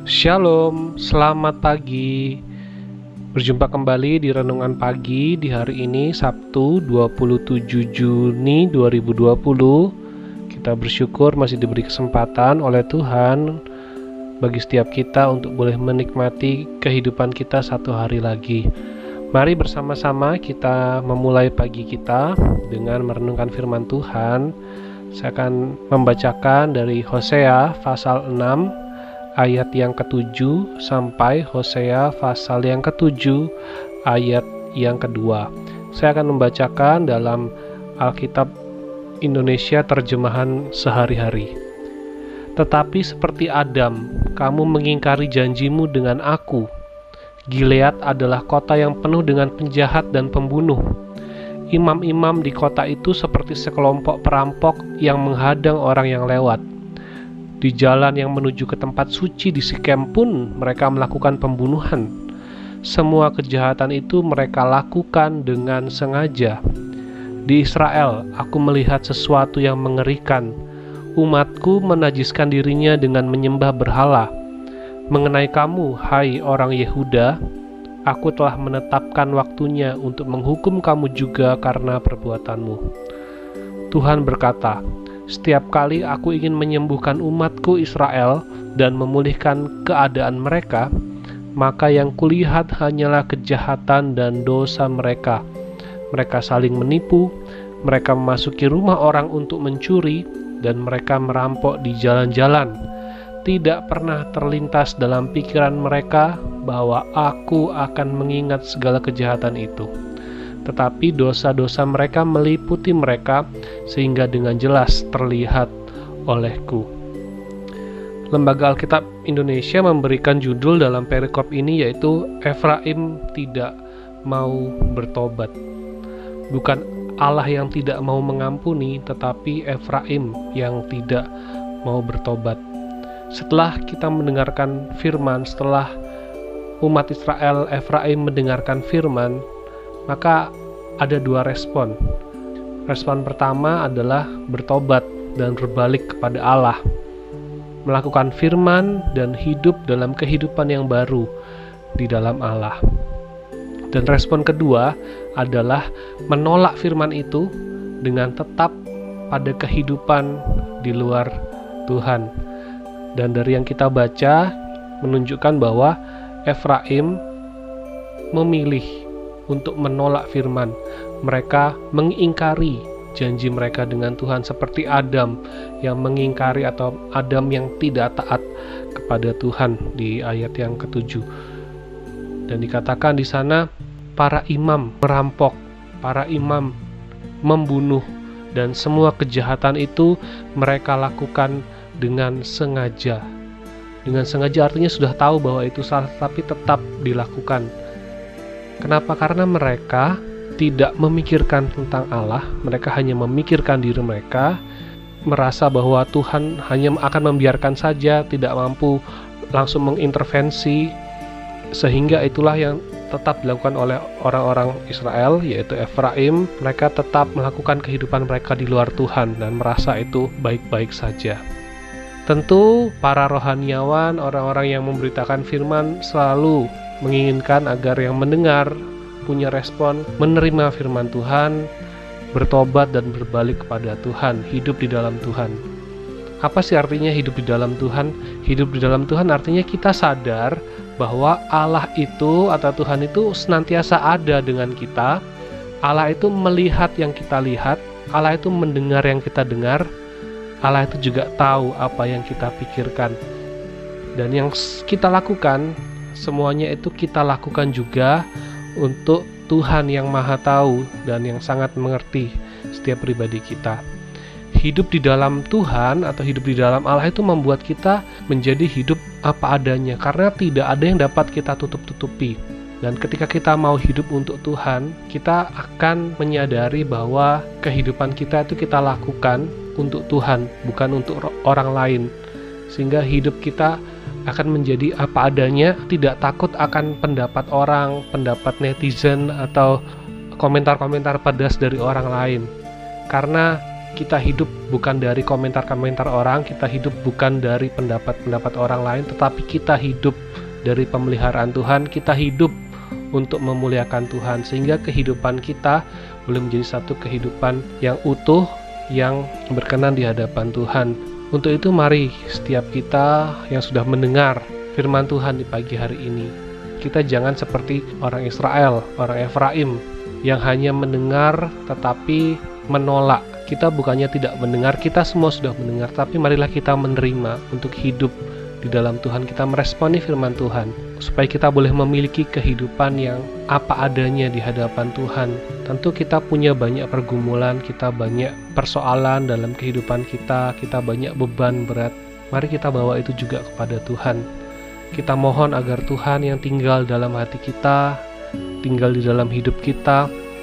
Shalom, selamat pagi. Berjumpa kembali di Renungan Pagi di hari ini Sabtu 27 Juni 2020. Kita bersyukur masih diberi kesempatan oleh Tuhan bagi setiap kita untuk boleh menikmati kehidupan kita satu hari lagi. Mari bersama-sama kita memulai pagi kita dengan merenungkan firman Tuhan. Saya akan membacakan dari Hosea pasal 6 ayat yang ke-7 sampai Hosea pasal yang ke-7 ayat yang kedua. Saya akan membacakan dalam Alkitab Indonesia terjemahan sehari-hari. Tetapi seperti Adam, kamu mengingkari janjimu dengan aku. Gilead adalah kota yang penuh dengan penjahat dan pembunuh. Imam-imam di kota itu seperti sekelompok perampok yang menghadang orang yang lewat. Di jalan yang menuju ke tempat suci di Sikem pun mereka melakukan pembunuhan. Semua kejahatan itu mereka lakukan dengan sengaja. Di Israel, aku melihat sesuatu yang mengerikan. Umatku menajiskan dirinya dengan menyembah berhala. Mengenai kamu, hai orang Yehuda, aku telah menetapkan waktunya untuk menghukum kamu juga karena perbuatanmu. Tuhan berkata, setiap kali aku ingin menyembuhkan umatku Israel dan memulihkan keadaan mereka, maka yang kulihat hanyalah kejahatan dan dosa mereka. Mereka saling menipu, mereka memasuki rumah orang untuk mencuri, dan mereka merampok di jalan-jalan. Tidak pernah terlintas dalam pikiran mereka bahwa aku akan mengingat segala kejahatan itu. Tetapi dosa-dosa mereka meliputi mereka sehingga dengan jelas terlihat olehku. Lembaga Alkitab Indonesia memberikan judul dalam perikop ini yaitu Efraim tidak mau bertobat. Bukan Allah yang tidak mau mengampuni, tetapi Efraim yang tidak mau bertobat. Setelah kita mendengarkan firman, setelah umat Israel Efraim mendengarkan firman, maka ada dua respon. Respon pertama adalah bertobat dan berbalik kepada Allah, melakukan firman dan hidup dalam kehidupan yang baru di dalam Allah. Dan respon kedua adalah menolak firman itu dengan tetap pada kehidupan di luar Tuhan. Dan dari yang kita baca menunjukkan bahwa Efraim memilih untuk menolak firman. Mereka mengingkari janji mereka dengan Tuhan seperti Adam yang mengingkari atau Adam yang tidak taat kepada Tuhan di ayat yang ke-7. Dan dikatakan di sana para imam merampok, para imam membunuh, dan semua kejahatan itu mereka lakukan dengan sengaja. Dengan sengaja artinya sudah tahu bahwa itu salah, tapi tetap dilakukan. Kenapa? Karena mereka tidak memikirkan tentang Allah, mereka hanya memikirkan diri mereka, merasa bahwa Tuhan hanya akan membiarkan saja, tidak mampu langsung mengintervensi, sehingga itulah yang tetap dilakukan oleh orang-orang Israel, yaitu Efraim. Mereka tetap melakukan kehidupan mereka di luar Tuhan dan merasa itu baik-baik saja. Tentu para rohaniawan, orang-orang yang memberitakan firman selalu menginginkan agar yang mendengar punya respon menerima firman Tuhan, bertobat dan berbalik kepada Tuhan, hidup di dalam Tuhan. Apa sih artinya hidup di dalam Tuhan? Hidup di dalam Tuhan artinya kita sadar bahwa Allah itu atau Tuhan itu senantiasa ada dengan kita. Allah itu melihat yang kita lihat, Allah itu mendengar yang kita dengar, Allah itu juga tahu apa yang kita pikirkan. Dan yang kita lakukan, semuanya itu kita lakukan juga untuk Tuhan yang Maha Tahu dan yang sangat mengerti setiap pribadi kita. Hidup di dalam Tuhan atau hidup di dalam Allah itu membuat kita menjadi hidup apa adanya, karena tidak ada yang dapat kita tutup-tutupi. Dan ketika kita mau hidup untuk Tuhan, kita akan menyadari bahwa kehidupan kita itu kita lakukan untuk Tuhan, bukan untuk orang lain. Sehingga hidup kita akan menjadi apa adanya, tidak takut akan pendapat orang, pendapat netizen, atau komentar-komentar pedas dari orang lain. Karena Kita hidup bukan dari komentar-komentar orang, kita hidup bukan dari pendapat-pendapat orang lain, tetapi kita hidup dari pemeliharaan Tuhan, kita hidup untuk memuliakan Tuhan, sehingga kehidupan kita boleh menjadi satu kehidupan yang utuh, yang berkenan di hadapan Tuhan. Untuk itu mari setiap kita yang sudah mendengar firman Tuhan di pagi hari ini, kita jangan seperti orang Israel, orang Efraim, yang hanya mendengar tetapi menolak. Kita bukannya tidak mendengar, kita semua sudah mendengar, tapi marilah kita menerima untuk hidup di dalam Tuhan. Kita meresponi firman Tuhan, supaya kita boleh memiliki kehidupan yang apa adanya di hadapan Tuhan. Tentu kita punya banyak pergumulan, kita banyak persoalan dalam kehidupan kita banyak beban berat. Mari kita bawa itu juga kepada Tuhan. Kita mohon agar Tuhan yang tinggal dalam hati kita, tinggal di dalam hidup kita.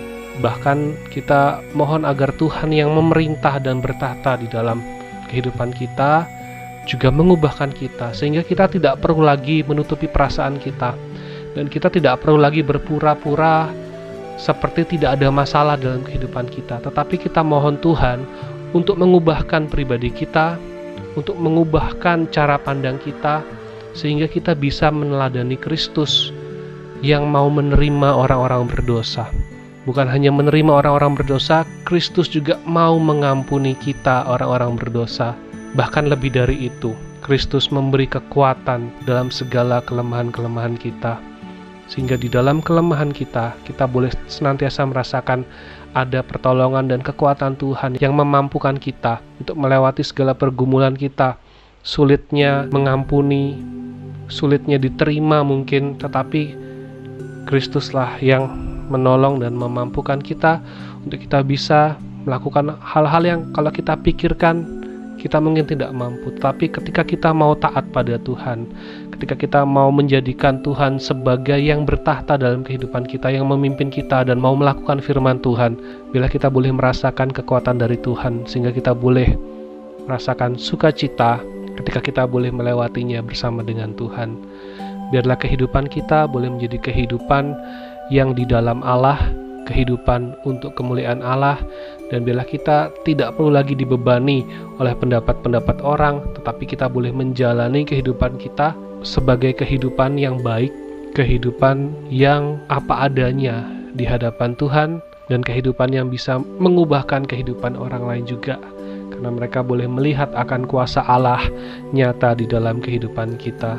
Bahkan kita mohon agar Tuhan yang memerintah dan bertahta di dalam kehidupan kita juga mengubahkan kita, sehingga kita tidak perlu lagi menutupi perasaan kita, dan kita tidak perlu lagi berpura-pura seperti tidak ada masalah dalam kehidupan kita. Tetapi kita mohon Tuhan untuk mengubahkan pribadi kita, untuk mengubahkan cara pandang kita, sehingga kita bisa meneladani Kristus yang mau menerima orang-orang berdosa. Bukan hanya menerima orang-orang berdosa, Kristus juga mau mengampuni kita orang-orang berdosa. Bahkan lebih dari itu, Kristus memberi kekuatan dalam segala kelemahan-kelemahan kita. Sehingga di dalam kelemahan kita boleh senantiasa merasakan ada pertolongan dan kekuatan Tuhan yang memampukan kita untuk melewati segala pergumulan kita. Sulitnya mengampuni, sulitnya diterima mungkin, tetapi Kristuslah yang menolong dan memampukan kita untuk kita bisa melakukan hal-hal yang kalau kita pikirkan kita mungkin tidak mampu. Tapi ketika kita mau taat pada Tuhan, ketika kita mau menjadikan Tuhan sebagai yang bertahta dalam kehidupan kita, yang memimpin kita dan mau melakukan firman Tuhan, bila kita boleh merasakan kekuatan dari Tuhan, sehingga kita boleh merasakan sukacita ketika kita boleh melewatinya bersama dengan Tuhan. Biarlah kehidupan kita boleh menjadi kehidupan yang di dalam Allah, kehidupan untuk kemuliaan Allah, dan biarlah kita tidak perlu lagi dibebani oleh pendapat-pendapat orang, tetapi kita boleh menjalani kehidupan kita sebagai kehidupan yang baik, kehidupan yang apa adanya di hadapan Tuhan, dan kehidupan yang bisa mengubahkan kehidupan orang lain juga, karena mereka boleh melihat akan kuasa Allah nyata di dalam kehidupan kita.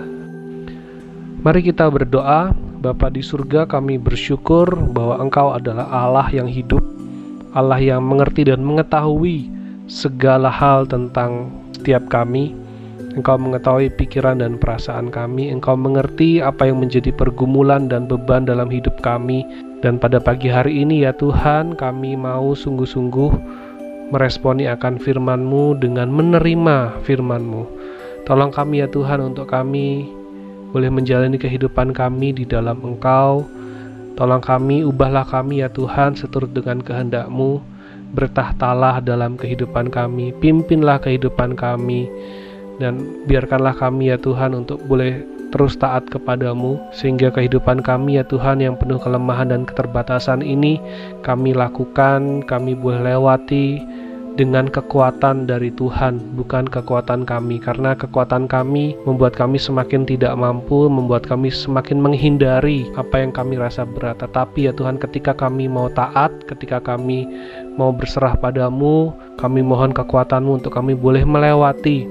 Mari kita berdoa. Bapa di surga, kami bersyukur bahwa Engkau adalah Allah yang hidup, Allah yang mengerti dan mengetahui segala hal tentang setiap kami. Engkau mengetahui pikiran dan perasaan kami, Engkau mengerti apa yang menjadi pergumulan dan beban dalam hidup kami. Dan pada pagi hari ini ya Tuhan, kami mau sungguh-sungguh meresponi akan firman-Mu dengan menerima firman-Mu. Tolong kami ya Tuhan untuk kami boleh menjalani kehidupan kami di dalam Engkau. Tolong kami, ubahlah kami ya Tuhan seturut dengan kehendak-Mu. Bertahtalah dalam kehidupan kami, pimpinlah kehidupan kami, dan biarkanlah kami ya Tuhan untuk boleh terus taat kepadamu, sehingga kehidupan kami ya Tuhan yang penuh kelemahan dan keterbatasan ini kami lakukan, kami boleh lewati dengan kekuatan dari Tuhan, bukan kekuatan kami, karena kekuatan kami membuat kami semakin tidak mampu, membuat kami semakin menghindari apa yang kami rasa berat. Tetapi ya Tuhan, ketika kami mau taat, ketika kami mau berserah padamu, kami mohon kekuatan-Mu untuk kami boleh melewati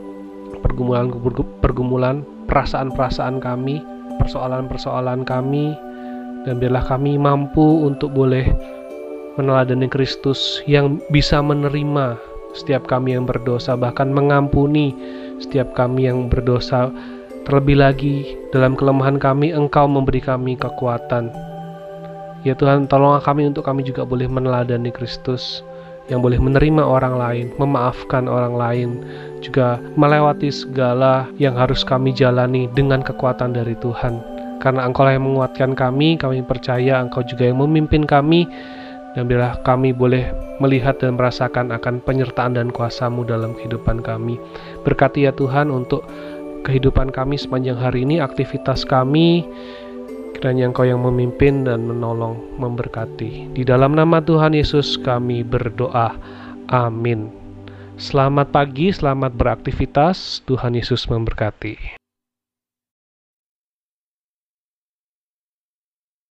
pergumulan, perasaan-perasaan kami, persoalan-persoalan kami, dan biarlah kami mampu untuk boleh meneladani Kristus yang bisa menerima setiap kami yang berdosa, bahkan mengampuni setiap kami yang berdosa. Terlebih lagi dalam kelemahan kami, Engkau memberi kami kekuatan. Ya Tuhan, tolonglah kami untuk kami juga boleh meneladani Kristus yang boleh menerima orang lain, memaafkan orang lain, juga melewati segala yang harus kami jalani dengan kekuatan dari Tuhan. Karena Engkau yang menguatkan kami percaya Engkau juga yang memimpin kami. Dan biarlah kami boleh melihat dan merasakan akan penyertaan dan kuasa-Mu dalam kehidupan kami. Berkati ya Tuhan untuk kehidupan kami sepanjang hari ini, aktivitas kami, kiranya Engkau yang memimpin dan menolong, memberkati. Di dalam nama Tuhan Yesus kami berdoa. Amin. Selamat pagi, selamat beraktivitas. Tuhan Yesus memberkati.